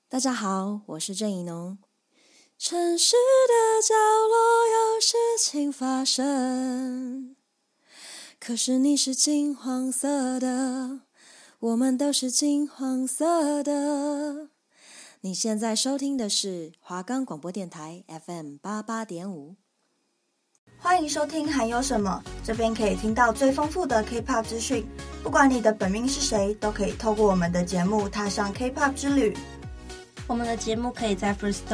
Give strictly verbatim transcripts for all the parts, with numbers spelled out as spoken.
大家好，我是郑怡农。城市的角落有事情发生，可是你是金黄色的，我们都是金黄色的。你现在收听的是华冈广播电台 F M 八十八点五。 欢迎收听还有什么，这边可以听到最丰富的 K-P O P 资讯。不管你的本命是谁，都可以透过我们的节目踏上 K-P O P 之旅。 我们的节目可以在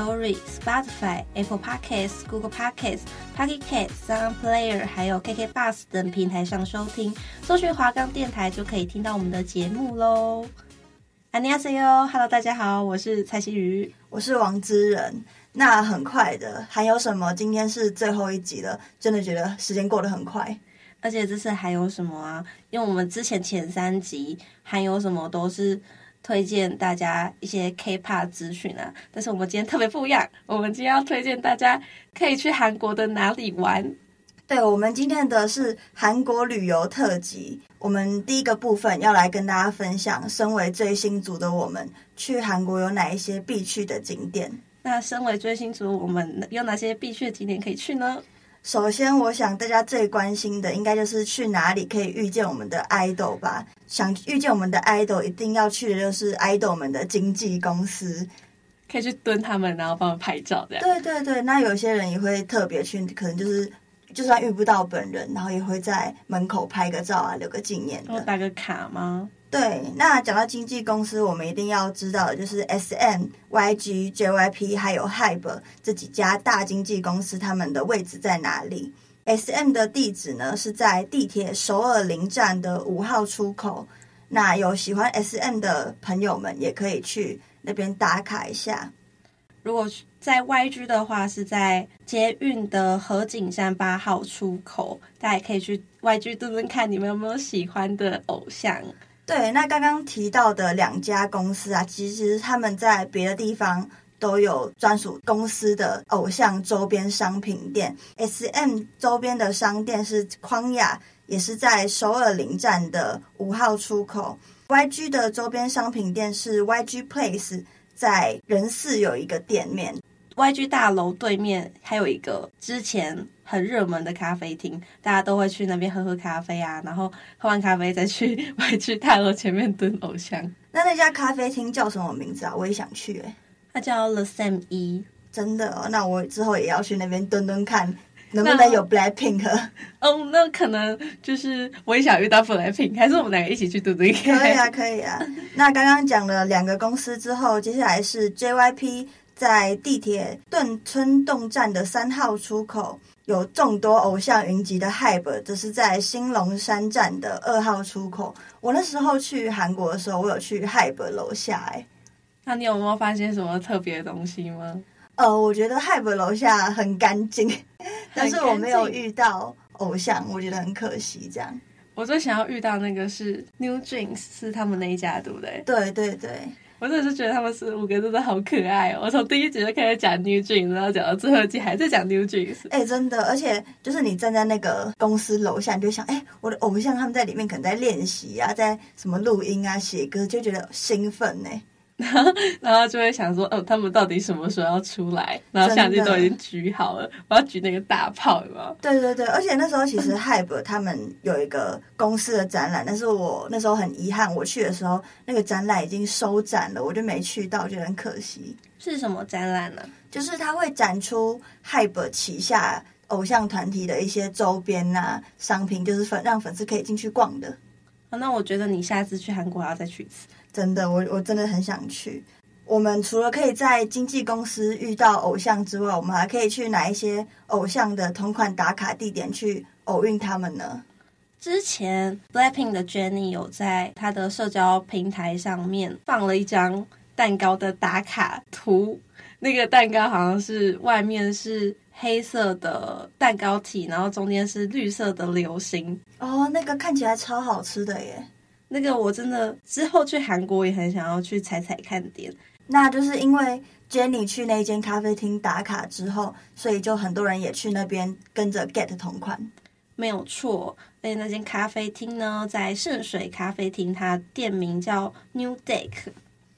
Firstory、Spotify、Apple Podcasts、Google Podcasts、Pocket Casts、Sound Player 还有 K K Bus 等平台上收听，搜寻华冈电台就可以听到我们的节目咯。안녕하세요，Hello， 大家好，我是蔡希瑜， 我是王之仁。那很快的，还有什么？今天是最后一集了，真的觉得时间过得很快。 而且这次还有什么啊？因为我们之前前三集还有什么都是推荐大家一些 K-P O P 资讯啊，但是我们今天特别不一样，我们今天要推荐大家可以去韩国的哪里玩。 对，我们今天的是韩国旅游特辑。我们第一个部分要来跟大家分享，身为追星族的我们去韩国有哪一些必去的景点。 那身为追星族，我们有哪些必去的景点可以去呢？ 首先我想大家最关心的应该就是去哪里可以遇见我们的 idol 吧。想遇见我们的 idol 一定要去的就是 idol 们的经纪公司， 可以去蹲他们，然后帮我们拍照这样。 对对对，那有些人也会特别去，可能就是就算遇不到本人，然后也会在门口拍个照啊，留个纪念的。 我打个卡吗？ 对，那讲到经纪公司，我们一定要知道的就是 S M、Y G、J Y P 还有 Hybe 这几家大经纪公司，他们的位置在哪里？ S M 的地址呢是在地铁首尔林站的五号出口。那有喜欢 S M 的朋友们也可以去那边打卡一下。 如果在 Y G 的话，是在捷运的河景山八号出口，大家也可以去 Y G 蹲蹲看你们有没有喜欢的偶像。 对，那刚刚提到的两家公司啊，其实他们在别的地方都有专属公司的偶像周边商品店。 S M 周边的商店是匡雅，也是在首尔林站的五号出口。 Y G 的周边商品店是 Y G Place， 在仁寺有一个店面。 Y G 大楼对面还有一个之前很热门的咖啡厅，大家都会去那边喝喝咖啡啊，然后喝完咖啡再去 Y G 大楼前面蹲偶像。 那那家咖啡厅叫什么名字啊？我也想去耶。 它叫 The Sam E。 真的哦，那我之后也要去那边蹲蹲看能不能有 Blackpink。 哦，那可能就是我也想遇到 Blackpink， 还是我们两个一起去蹲蹲看？ 可以啊可以啊。那刚刚讲了两个公司之后，接下来是 J Y P， 在地铁顿村洞站的三号出口，有众多偶像云集的 Hybe， 这是在新龙山站的二号出口。我那时候去韩国的时候，我有去 Hybe 楼下哎。 那你有没有发现什么特别的东西吗？ 呃，我觉得 Hybe 楼下很干净，但是我没有遇到偶像，我觉得很可惜这样。 我最想要遇到那个是 New Jeans， 是他们那一家对不对？ 对对对， 我真的是觉得他们是五个真的好可爱哦！我从第一集就开始讲 New Jeans， 然后讲到最后一集还在讲 New Jeans。 哎、欸，真的，而且就是你站在那个公司楼下，你就想，哎、欸，我的偶像他们在里面可能在练习啊，在什么录音啊、写歌，就觉得兴奋呢。 然后，然后就会想说，哦，他们到底什么时候要出来？然后相机都已经举好了，我要举那个大炮，有没有？ 对对对，而且那时候其实 Hybe 他们有一个公司的展览，但是我那时候很遗憾，我去的时候那个展览已经收展了，我就没去到，觉得很可惜。 是什么展览呢？ 就是他会展出 Hybe 旗下偶像团体的一些周边啊商品，就是粉让粉丝可以进去逛的。 哦，那我觉得你下次去韩国还要再去一次。 真的，我我真的很想去。我们除了可以在经纪公司遇到偶像之外，我们还可以去哪一些偶像的同款打卡地点去偶遇他们呢？ 之前 Blackpink 的 Jennie 有在她的社交平台上面放了一张蛋糕的打卡图，那个蛋糕好像是外面是黑色的蛋糕体，然后中间是绿色的流星。 哦，那个看起来超好吃的耶。 那个我真的之后去韩国也很想要去踩踩看点。 那就是因为 Jennie 去那间咖啡厅打卡之后，所以就很多人也去那边跟着 get 同款。 没有错，而且那间咖啡厅呢在圣水咖啡厅，它店名叫 New Deck。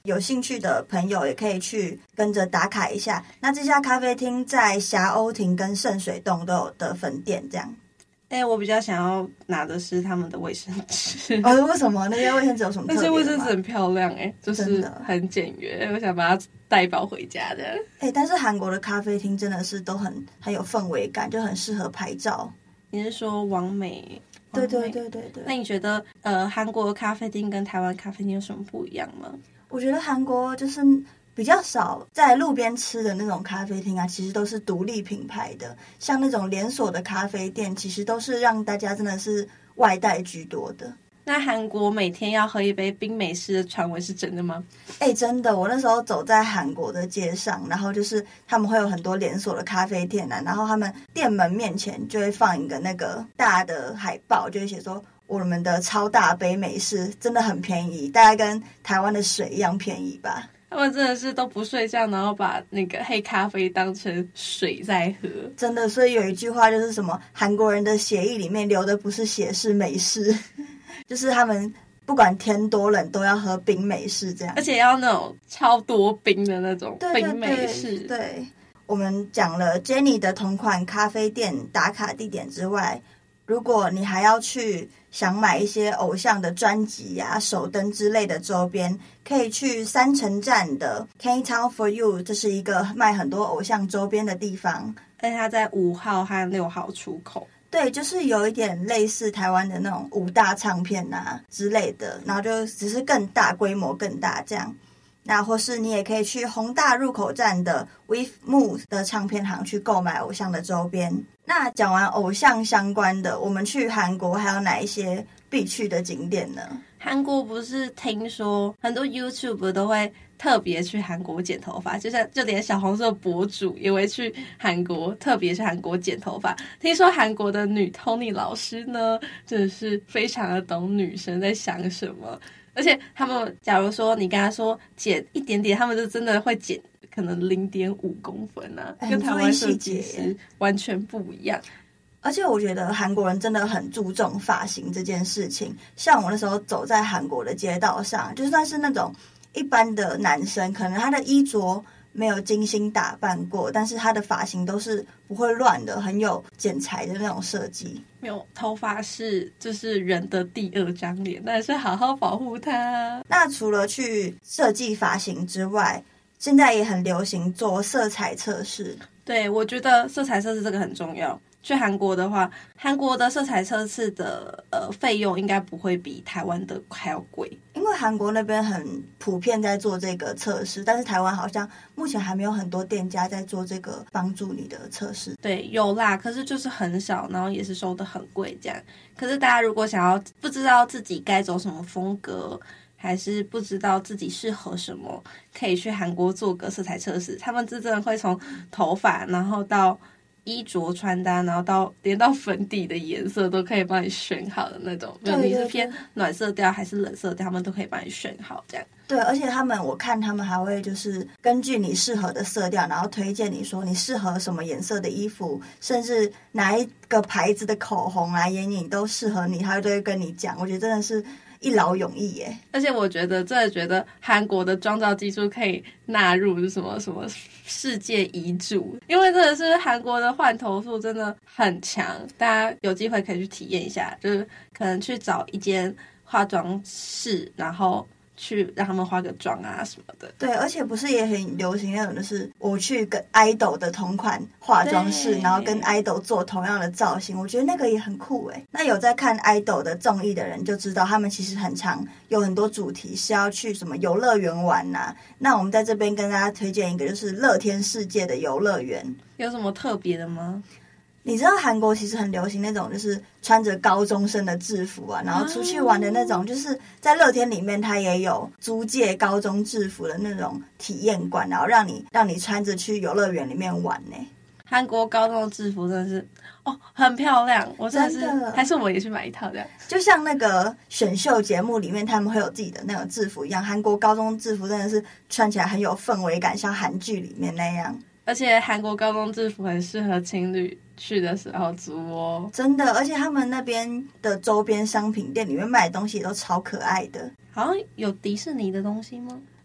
有兴趣的朋友也可以去跟着打卡一下。那这家咖啡厅在霞欧亭跟圣水洞都有的分店，这样。 哎、欸，我比较想要拿的是他们的卫生纸。 哦，为什么那些卫生纸有什么特别的吗？ 那些卫生纸很漂亮哎、欸，就是很简约，我想把它带包回家的。 哎、欸，但是韩国的咖啡厅真的是都很很有氛围感，就很适合拍照。 你是说网美？ 对对对对对。 那你觉得呃，韩国的咖啡厅跟台湾咖啡厅有什么不一样吗？ 我觉得韩国就是比较少在路边吃的那种咖啡厅啊，其实都是独立品牌的，像那种连锁的咖啡店，其实都是让大家真的是外带居多的。 那韩国每天要喝一杯冰美式的传闻是真的吗？ 哎、欸，真的，我那时候走在韩国的街上，然后就是他们会有很多连锁的咖啡店啊，然后他们店门面前就会放一个那个大的海报，就会写说我们的超大杯美式真的很便宜，大概跟台湾的水一样便宜吧。 他们真的是都不睡觉，然后把那个黑咖啡当成水在喝。 真的，所以有一句话就是什么，韩国人的血液里面流的不是血是美式，就是他们不管天多冷都要喝冰美式这样， 而且要那种超多冰的那种对对对冰美式。 对，我们讲了 Jenny 的同款咖啡店打卡地点之外，如果你还要去想买一些偶像的专辑啊、手灯之类的周边，可以去三城站的 K-Town for You， 这是一个卖很多偶像周边的地方， 而且它在五号和六号出口。 对，就是有一点类似台湾的那种五大唱片啊之类的，然后就只是更大规模更大这样。那或是你也可以去弘大入口站的 With Mood 的唱片行去购买偶像的周边。那讲完偶像相关的，我们去韩国还有哪一些必去的景点呢？ 韩国不是听说很多 YouTube 都会特别去韩国剪头发，就像就连小红书博主也会去韩国特别去韩国剪头发。听说韩国的女 Tony 老师呢，真的是非常的懂女生在想什么，而且他们假如说你跟他说剪一点点，他们就真的会剪可能零点五公分啊，跟台湾设计师完全不一样。 而且我觉得韩国人真的很注重发型这件事情，像我那时候走在韩国的街道上，就算是那种一般的男生，可能他的衣着没有精心打扮过，但是他的发型都是不会乱的，很有剪裁的那种设计。 没有，头发是就是人的第二张脸，但是好好保护它。 那除了去设计发型之外，现在也很流行做色彩测试。 对，我觉得色彩测试这个很重要。去韩国的话，韩国的色彩测试的呃费用应该不会比台湾的还要贵， 因为韩国那边很普遍在做这个测试，但是台湾好像目前还没有很多店家在做这个帮助你的测试。 对，有啦，可是就是很少，然后也是收得很贵这样。可是大家如果想要不知道自己该走什么风格，还是不知道自己适合什么，可以去韩国做个色彩测试。他们真的会从头发，然后到衣着穿搭，然后到连到粉底的颜色都可以帮你选好的那种， 对对对， 你是偏暖色调还是冷色调，他们都可以帮你选好这样。 对，而且他们我看他们还会就是根据你适合的色调，然后推荐你说你适合什么颜色的衣服，甚至哪一个牌子的口红啊、眼影都适合你，他就会跟你讲。我觉得真的是一劳永逸耶！ 而且我觉得真的觉得韩国的妆造技术可以纳入什么什么世界遗嘱，因为真的是韩国的换头术真的很强，大家有机会可以去体验一下，就是可能去找一间化妆室，然后去让他们化个妆啊什么的。 对，而且不是也很流行那种，就是我去跟 idol 的同款化妆室，然后跟 idol 做同样的造型，我觉得那个也很酷诶。那有在看 idol 的综艺的人就知道，他们其实很常有很多主题是要去什么游乐园玩呐、啊。那我们在这边跟大家推荐一个，就是乐天世界的游乐园。 有什么特别的吗？ 你知道韩国其实很流行那种就是穿着高中生的制服啊，然后出去玩的那种，就是在乐天里面它也有租借高中制服的那种体验馆，然后让你让你穿着去游乐园里面玩呢。 韩国高中的制服真的是哦很漂亮，我真的是真的还是我也去买一套这样。 就像那个选秀节目里面他们会有自己的那种制服一样，韩国高中制服真的是穿起来很有氛围感，像韩剧里面那样。 而且韩国高中制服很适合情侣去的时候租哦， 真的，而且他们那边的周边商品店里面卖的东西也都超可爱的。 好像有迪士尼的东西吗？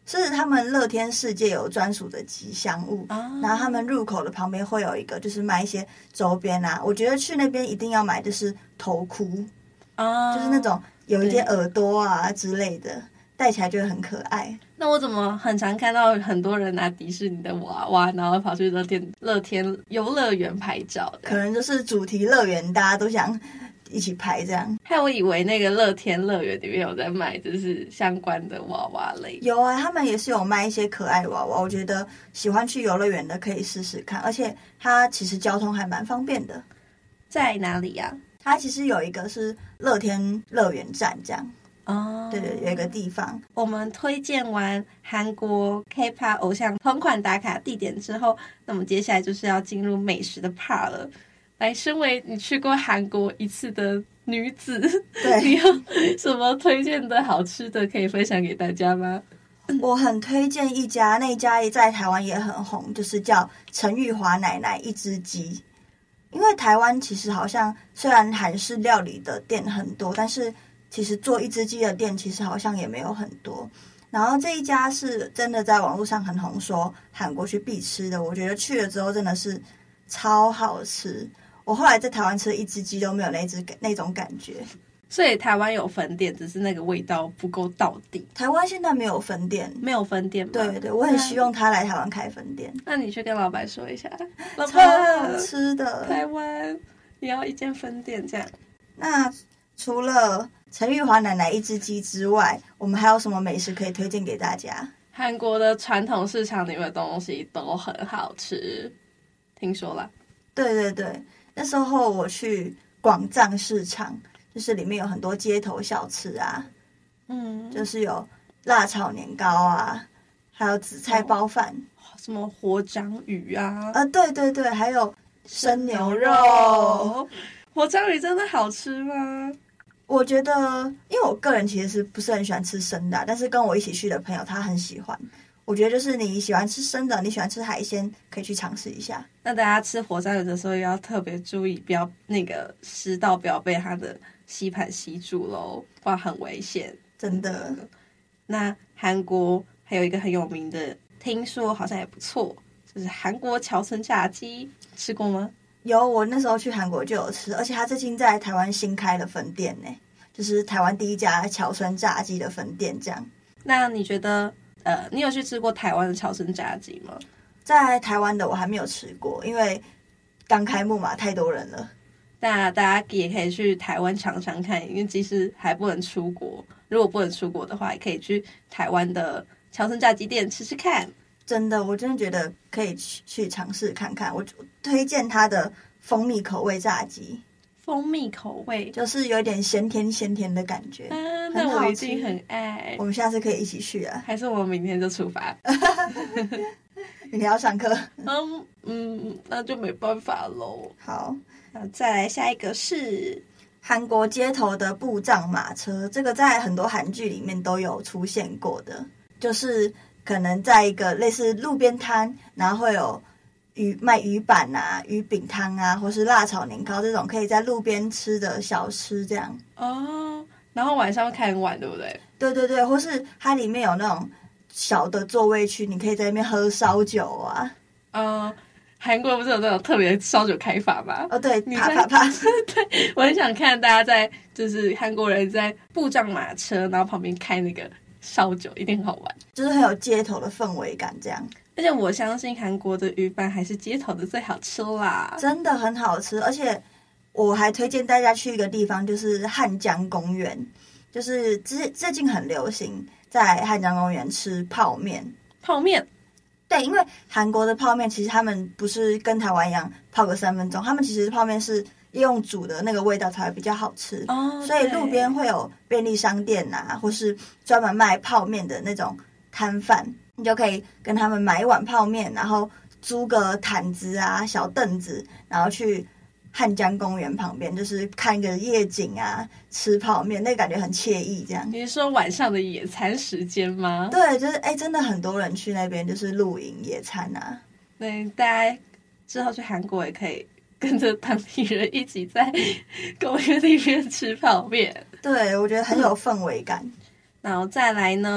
是他们乐天世界有专属的吉祥物， 哦、 然后他们入口的旁边会有一个，就是卖一些周边啊。我觉得去那边一定要买，就是头箍， 哦、 就是那种有一些耳朵啊之类的，戴起来就会很可爱。 那我怎么很常看到很多人拿迪士尼的娃娃，然后跑去乐天乐天游乐园拍照的？ 可能就是主题乐园，大家都想一起拍这样。 害我以为那个乐天乐园里面有在卖就是相关的娃娃类。 有啊，他们也是有卖一些可爱娃娃，我觉得喜欢去游乐园的可以试试看，而且它其实交通还蛮方便的。 在哪里呀、啊？ 它其实有一个是乐天乐园站这样。 哦， 对对，有一个地方。 我们推荐完韩国 K-pop 偶像同款打卡地点之后，那么接下来就是要进入美食的 part 了。来，身为你去过韩国一次的女子， 对， 你有什么推荐的好吃的可以分享给大家吗？ 我很推荐一家，那一家在台湾也很红，就是叫陈玉华奶奶一只鸡。因为台湾其实好像虽然韩式料理的店很多，但是其实做一只鸡的店其实好像也没有很多。然后这一家是真的在网络上很红，说韩国去必吃的，我觉得去了之后真的是超好吃。我后来在台湾吃的一只鸡都没有那只那种感觉。 所以台湾有分店，只是那个味道不够到底。 台湾现在没有分店， 没有分店吗？ 对对，我很希望他来台湾开分店。 那你去跟老板说一下，老超板好吃的， 台湾也要一间分店这样。 那除了陈玉华奶奶一只鸡之外，我们还有什么美食可以推荐给大家？ 韩国的传统市场里面的东西都很好吃，听说啦。 对对对，那时候我去广藏市场，就是里面有很多街头小吃啊， 嗯， 就是有辣炒年糕啊，还有紫菜包饭， 哦、什么活章鱼啊， 呃，对对对，还有生牛肉。 肉活章鱼真的好吃吗？ 我觉得，因为我个人其实是不是很喜欢吃生的、啊，但是跟我一起去的朋友他很喜欢。我觉得就是你喜欢吃生的，你喜欢吃海鲜，可以去尝试一下。 那大家吃活章鱼的时候要特别注意，不要那个食道不要被它的吸盘吸住咯，不然很危险。 真的。 那韩国还有一个很有名的，听说好像也不错，就是韩国桥村炸鸡，吃过吗？ 有，我那时候去韩国就有吃，而且他最近在台湾新开了分店呢，就是台湾第一家桥村炸鸡的分店这样。 那你觉得？呃，你有去吃过台湾的桥村炸鸡吗？ 在台湾的我还没有吃过，因为刚开幕嘛，太多人了。 那大家也可以去台湾尝尝看，因为即使还不能出国，如果不能出国的话，也可以去台湾的桥村炸鸡店吃吃看。 真的，我真的觉得可以去去尝试看看。我推荐它的蜂蜜口味炸鸡。 蜂蜜口味就是有点咸甜咸甜的感觉， 啊，那我一定很爱。 我们下次可以一起去啊， 还是我们明天就出发？ 明天要上课。 嗯嗯，那就没办法喽。 好， 那再来下一个是韩国街头的布障马车，这个在很多韩剧里面都有出现过的，就是可能在一个类似路边摊，然后会有鱼卖鱼板啊、鱼饼汤啊，或是辣炒年糕这种可以在路边吃的小吃，这样哦。然后晚上会开很晚，对不对？ 对对对，或是它里面有那种小的座位区，你可以在那边喝烧酒啊。 嗯，韩国不是有那种特别烧酒开法吗？ 哦，对， 你啪啪啪。 对，我很想看大家在就是韩国人在布障马车，然后旁边开那个烧酒，一定很好玩， 就是很有街头的氛围感，这样。 而且我相信韩国的鱼板还是街头的最好吃啦， 真的很好吃。而且我还推荐大家去一个地方，就是汉江公园，就是最最近很流行在汉江公园吃泡面。 泡面， 对，因为韩国的泡面其实他们不是跟台湾一样泡个三分钟，他们其实泡面是用煮的那个味道才会比较好吃。 哦， 所以路边会有便利商店啊，或是专门卖泡面的那种摊贩。你就可以跟他们买一碗泡面，然后租个毯子啊、小凳子，然后去汉江公园旁边，就是看个夜景啊，吃泡面，那感觉很惬意。这样， 你是说晚上的野餐时间吗？ 对，就是哎，真的很多人去那边就是露营野餐啊。 对，大家之后去韩国也可以跟着当地人一起在公园里面吃泡面。 对，我觉得很有氛围感。 然后再来呢？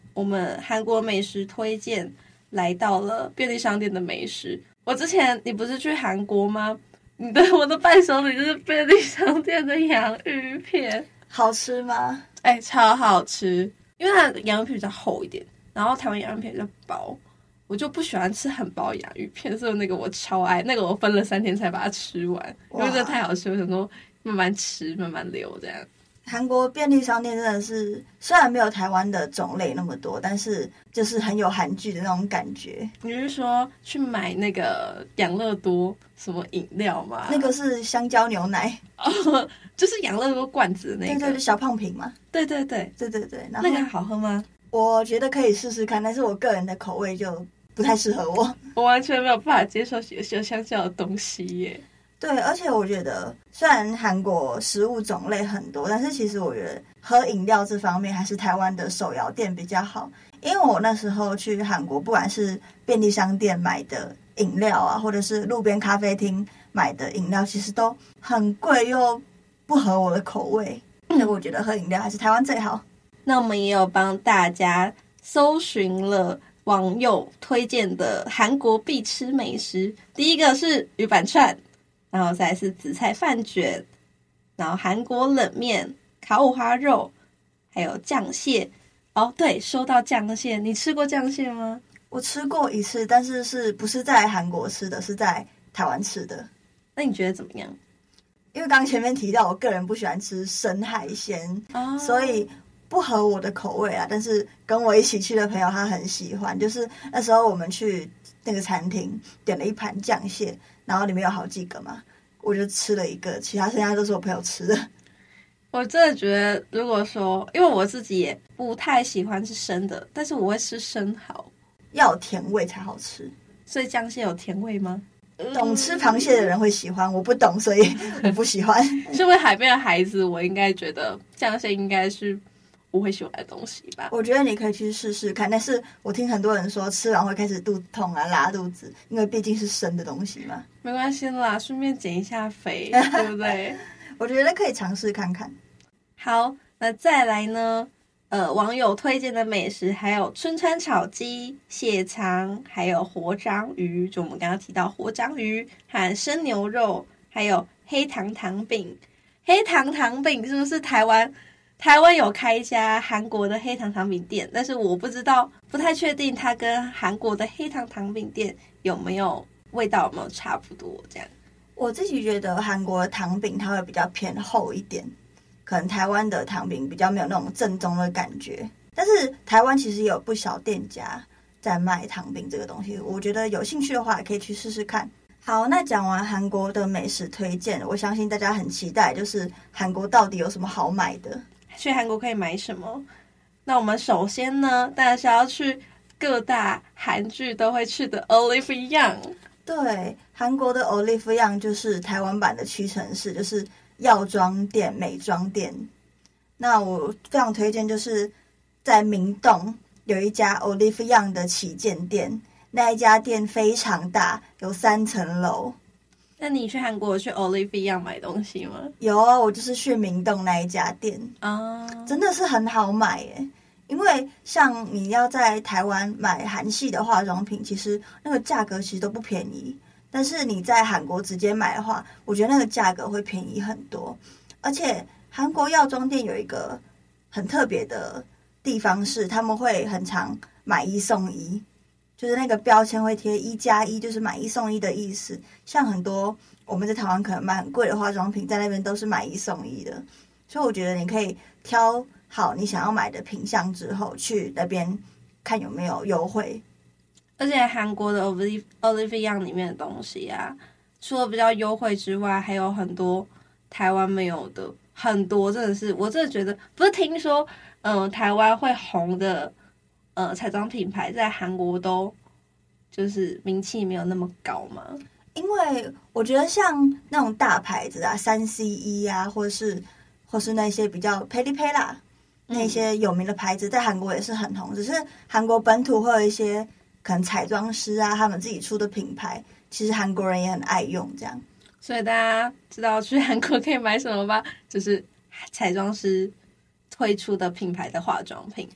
我们韩国美食推荐来到了便利商店的美食。我之前你不是去韩国吗？你的我的伴手礼就是便利商店的洋芋片， 好吃吗？ 哎、欸，超好吃，因为它的洋芋片比较厚一点，然后台湾洋芋片比较薄，我就不喜欢吃很薄洋芋片，所以那个我超爱，那个我分了三天才把它吃完，因为真的太好吃，我想说慢慢吃慢慢流这样。 韩国便利商店真的是，虽然没有台湾的种类那么多，但是就是很有韩剧的那种感觉。 你是说去买那个养乐多什么饮料吗？ 那个是香蕉牛奶， 哦，就是养乐多罐子的那个， 对对对，小胖瓶嘛。 对对对对对对，然后那个好喝吗？ 我觉得可以试试看，但是我个人的口味就不太适合我。 我完全没有办法接受有有香蕉的东西耶。 对，而且我觉得虽然韩国食物种类很多，但是其实我觉得喝饮料这方面还是台湾的手摇店比较好。因为我那时候去韩国，不管是便利商店买的饮料啊，或者是路边咖啡厅买的饮料，其实都很贵又不合我的口味，所以我觉得喝饮料还是台湾最好。 那我们也有帮大家搜寻了网友推荐的韩国必吃美食，第一个是鱼板串，然后再来是紫菜饭卷，然后韩国冷面、烤五花肉，还有酱蟹。哦，对，说到酱蟹，你吃过酱蟹吗？ 我吃过一次，但是是不是在韩国吃的，是在台湾吃的。 那你觉得怎么样？ 因为刚刚前面提到，我个人不喜欢吃生海鲜，哦、所以不合我的口味啊。但是跟我一起去的朋友他很喜欢，就是那时候我们去那个餐厅点了一盘酱蟹，然后里面有好几个嘛，我就吃了一个，其他剩下都是我朋友吃的。 我真的觉得，如果说，因为我自己也不太喜欢吃生的，但是我会吃生蚝， 要有甜味才好吃。 所以酱蟹有甜味吗？ 懂吃螃蟹的人会喜欢，我不懂，所以我不喜欢。 身为海边的孩子，我应该觉得酱蟹应该是我会喜欢的东西吧。 我觉得你可以去试试看，但是我听很多人说吃完会开始肚子痛啊、拉肚子，因为毕竟是生的东西嘛。 没关系啦，顺便减一下肥，对不对？ 我觉得可以尝试看看。 好，那再来呢？呃，网友推荐的美食还有春川炒鸡、蟹肠，还有活章鱼，就我们刚刚提到活章鱼和生牛肉，还有黑糖糖饼。黑糖糖饼是不是台湾？台湾有开一家韩国的黑糖糖饼店，但是我不知道，不太确定它跟韩国的黑糖糖饼店有没有味道有没有差不多这样。 我自己觉得韩国的糖饼它会比较偏厚一点，可能台湾的糖饼比较没有那种正宗的感觉。但是台湾其实也有不少店家在卖糖饼这个东西，我觉得有兴趣的话也可以去试试看。好，那讲完韩国的美食推荐，我相信大家很期待，就是韩国到底有什么好买的？ 去韩国可以买什么？那我们首先呢，当然是要去各大韩剧都会去的 Olivia Young。 对，韩国的 Olivia Young 就是台湾版的屈臣氏，就是药妆店、美妆店。那我非常推荐，就是在明洞有一家 Olivia Young 的旗舰店，那一家店非常大，有三层楼。 那你去韩国有去 Olivia Young 买东西吗？ 有啊，我就是去明洞那一家店啊， oh. 真的是很好买耶。因为像你要在台湾买韩系的化妆品，其实那个价格其实都不便宜。但是你在韩国直接买的话，我觉得那个价格会便宜很多。而且韩国药妆店有一个很特别的地方是，他们会很常买一送一，就是那个标签会贴一加一，就是买一送一的意思。像很多我们在台湾可能买很贵的化妆品，在那边都是买一送一的。所以我觉得你可以挑好你想要买的品项之后，去那边看有没有优惠。 而且韩国的 Olivia Young 里面的东西啊，除了比较优惠之外，还有很多台湾没有的，很多真的是，我真的觉得不是听说，嗯、呃，台湾会红的呃彩妆品牌在韩国都就是名气没有那么高吗？ 因为我觉得像那种大牌子啊，三 C E 啊，或是或是那些比较佩利佩啦那些有名的牌子，在韩国也是很红。只是韩国本土会有一些可能彩妆师啊，他们自己出的品牌，其实韩国人也很爱用这样。 所以大家知道去韩国可以买什么吧？就是彩妆师推出的品牌的化妆品。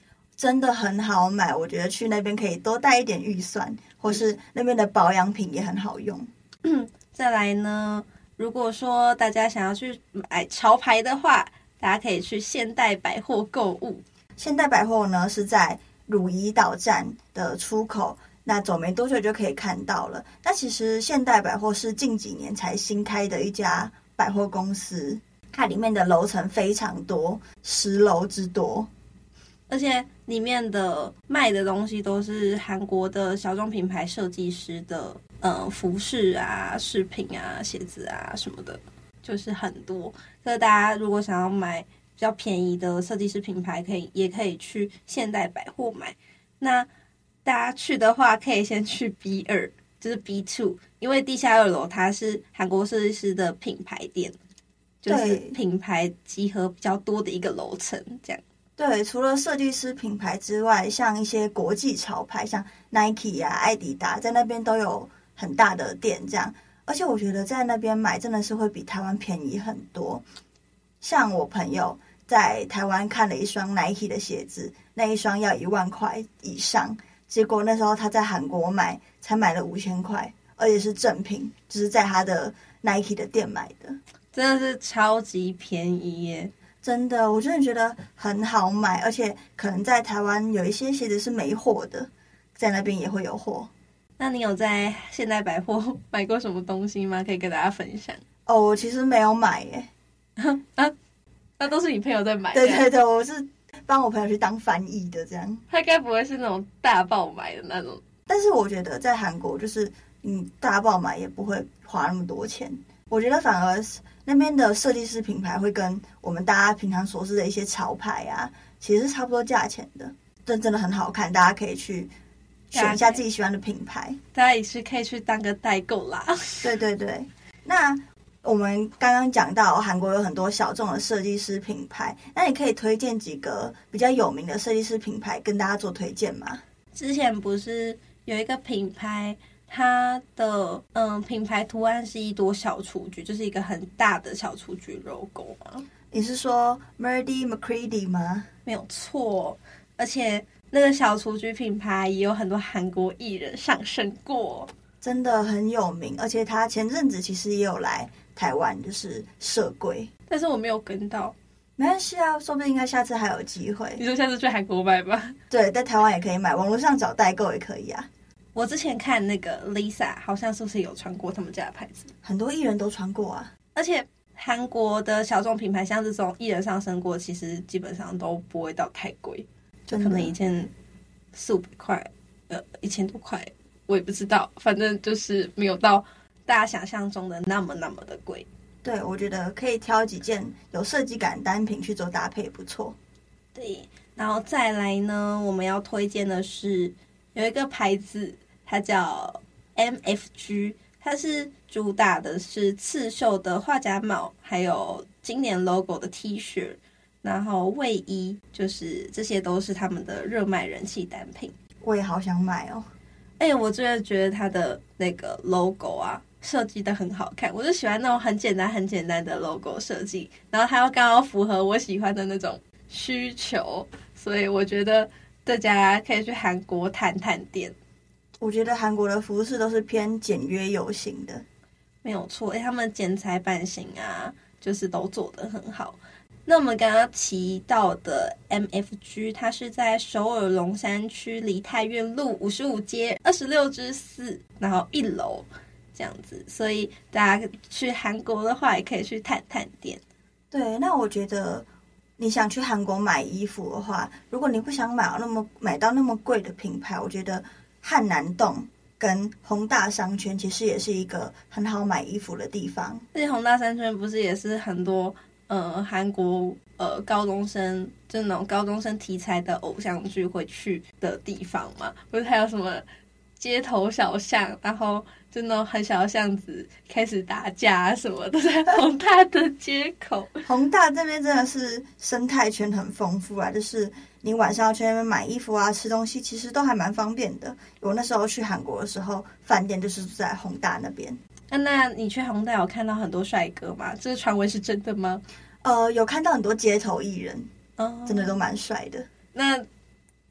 真的很好买，我觉得去那边可以多带一点预算，或是那边的保养品也很好用。 嗯，再来呢，如果说大家想要去买潮牌的话，大家可以去现代百货购物。 现代百货呢是在汝矣岛站的出口，那走没多久就可以看到了。那其实现代百货是近几年才新开的一家百货公司，它里面的楼层非常多，十楼之多， 而且里面的卖的东西都是韩国的小众品牌设计师的，呃，服饰啊、饰品啊、鞋子啊什么的，就是很多。所以大家如果想要买比较便宜的设计师品牌，可以也可以去现代百货买。那大家去的话，可以先去 B 二，就是 B 二，因为地下二楼它是韩国设计师的品牌店，就是品牌集合比较多的一个楼层，这样。 对，除了设计师品牌之外，像一些国际潮牌，像 Nike 啊、艾迪达，在那边都有很大的店，这样。而且我觉得在那边买真的是会比台湾便宜很多。像我朋友在台湾看了一双 Nike 的鞋子，那一双要一万块以上，结果那时候他在韩国买才买了五千块，而且是正品，就是在他的 Nike 的店买的， 真的是超级便宜耶！ 真的，我真的觉得很好买，而且可能在台湾有一些鞋子是没货的，在那边也会有货。 那你有在现代百货买过什么东西吗？可以跟大家分享。 哦，我其实没有买耶。 啊，那都是你朋友在买的。 对对对，我是帮我朋友去当翻译的这样。 他该不会是那种大爆买的那种？ 但是我觉得在韩国就是你大爆买也不会花那么多钱，我觉得反而是那边的设计师品牌会跟我们大家平常所知的一些潮牌啊，其实是差不多价钱的，真真的很好看，大家可以去选一下自己喜欢的品牌， 大家也是可以去当个代购啦。 对对对，那我们刚刚讲到韩国有很多小众的设计师品牌，那你可以推荐几个比较有名的设计师品牌跟大家做推荐吗？ 之前不是有一个品牌，它的嗯品牌图案是一朵小雏菊，就是一个很大的小雏菊 logo 吗？ 你是说 Murdy McCready 吗？ 没有错，而且那个小雏菊品牌也有很多韩国艺人上升过， 真的很有名，而且他前阵子其实也有来台湾，就是设柜， 但是我没有跟到。 没关系啊，说不定应该下次还有机会。 你说下次去韩国买吧？ 对，在台湾也可以买，网络上找代购也可以啊。 我之前看那个 Lisa 好像是不是有穿过他们家的牌子， 很多艺人都穿过啊。 而且韩国的小众品牌像这种艺人上升过，其实基本上都不会到太贵，就可能一件四五百块，呃，一千多块，我也不知道，反正就是没有到大家想象中的那么那么的贵。 对，我觉得可以挑几件有设计感的单品去做搭配，也不错。 对，然后再来呢，我们要推荐的是有一个牌子，它叫 M F G， 它是主打的是刺绣的画甲帽，还有今年 logo 的 T 恤，然后卫衣，就是这些都是他们的热卖人气单品。 我也好想买哦。 哎，我真的觉得它的那个 logo 啊，设计的很好看，我就喜欢那种很简单很简单的 logo 设计，然后它又刚好符合我喜欢的那种需求，所以我觉得大家可以去韩国探探店。 我觉得韩国的服饰都是偏简约有型的， 没有错，哎，他们剪裁版型啊，就是都做得很好。那我们刚刚提到的 M F G， 它是在首尔龙山区梨泰院路五十五街二十六之四，然后一楼这样子，所以大家去韩国的话，也可以去探探店。 对，那我觉得你想去韩国买衣服的话，如果你不想买到那么买到那么贵的品牌，我觉得汉南洞跟弘大商圈其实也是一个很好买衣服的地方。 而且弘大商圈不是也是很多呃韩国呃高中生，就那种高中生题材的偶像剧会去的地方嘛？不是还有什么街头小巷，然后就那种很小的巷子开始打架什么的，在弘大的街口。 弘大这边真的是生态圈很丰富啊，就是你晚上要去那边买衣服啊、吃东西，其实都还蛮方便的。我那时候去韩国的时候，饭店就是住在弘大那边。 啊，那你去弘大有看到很多帅哥吗？这个传闻是真的吗？ 呃，有看到很多街头艺人， 哦， 真的都蛮帅的。 那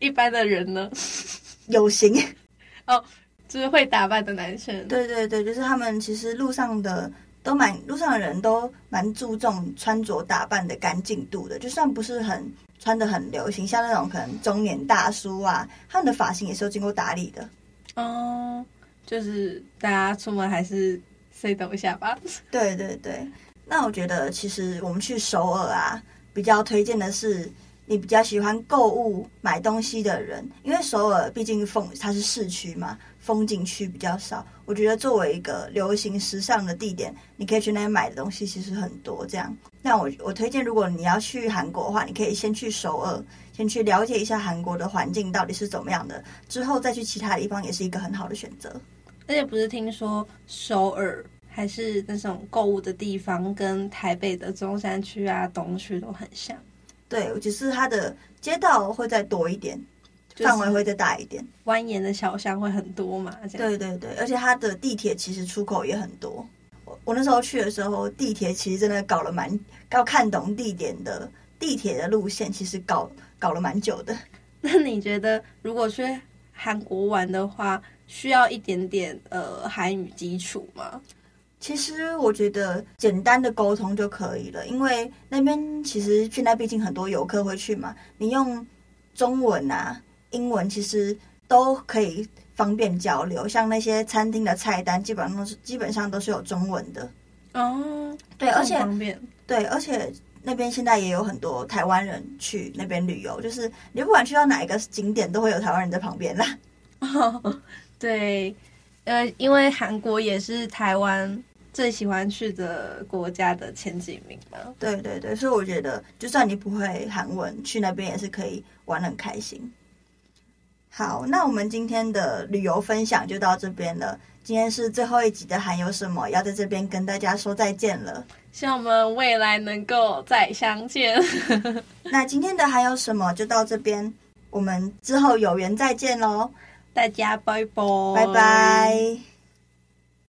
一般的人呢？ 有型哦，就是会打扮的男生。 对对对，就是他们其实路上的都蛮路上的人都蛮注重穿着打扮的干净度的，就算不是很穿得很流行，像那种可能中年大叔啊，他们的发型也是有经过打理的。 哦，就是大家出门还是 say 等一下吧。 对对对，那我觉得其实我们去首尔啊，比较推荐的是你比较喜欢购物买东西的人，因为首尔毕竟风它是市区嘛，风景区比较少。我觉得作为一个流行时尚的地点，你可以去那边买的东西其实很多。这样，那我我推荐，如果你要去韩国的话，你可以先去首尔，先去了解一下韩国的环境到底是怎么样的，之后再去其他地方也是一个很好的选择。 而且不是听说首尔还是那种购物的地方，跟台北的中山区啊、东区都很像。 对，只是它的街道会再多一点，就是范围会再大一点， 蜿蜒的小巷会很多嘛，这样。 对对对，而且它的地铁其实出口也很多。我我那时候去的时候，地铁其实真的搞了蛮要看懂地点的地铁的路线，其实搞搞了蛮久的。 那你觉得如果去韩国玩的话，需要一点点呃韩语基础吗？ 其实我觉得简单的沟通就可以了，因为那边其实去那毕竟很多游客会去嘛，你用中文啊、英文其实都可以方便交流。像那些餐厅的菜单，基本上都是基本上都是有中文的。 哦， 对，而且方便。对， 而且那边现在也有很多台湾人去那边旅游，就是你不管去到哪一个景点，都会有台湾人在旁边啦。 哦，对，呃，因为韩国也是台湾最喜欢去的国家的前几名嘛。 对对对，所以我觉得就算你不会韩文，去那边也是可以玩得很开心。好，那我们今天的旅游分享就到这边了。今天是最后一集的韩有什么，要在这边跟大家说再见了。 希望我们未来能够再相见。 那今天的韩有什么就到这边，我们之后有缘再见咯。 大家拜拜， 拜拜。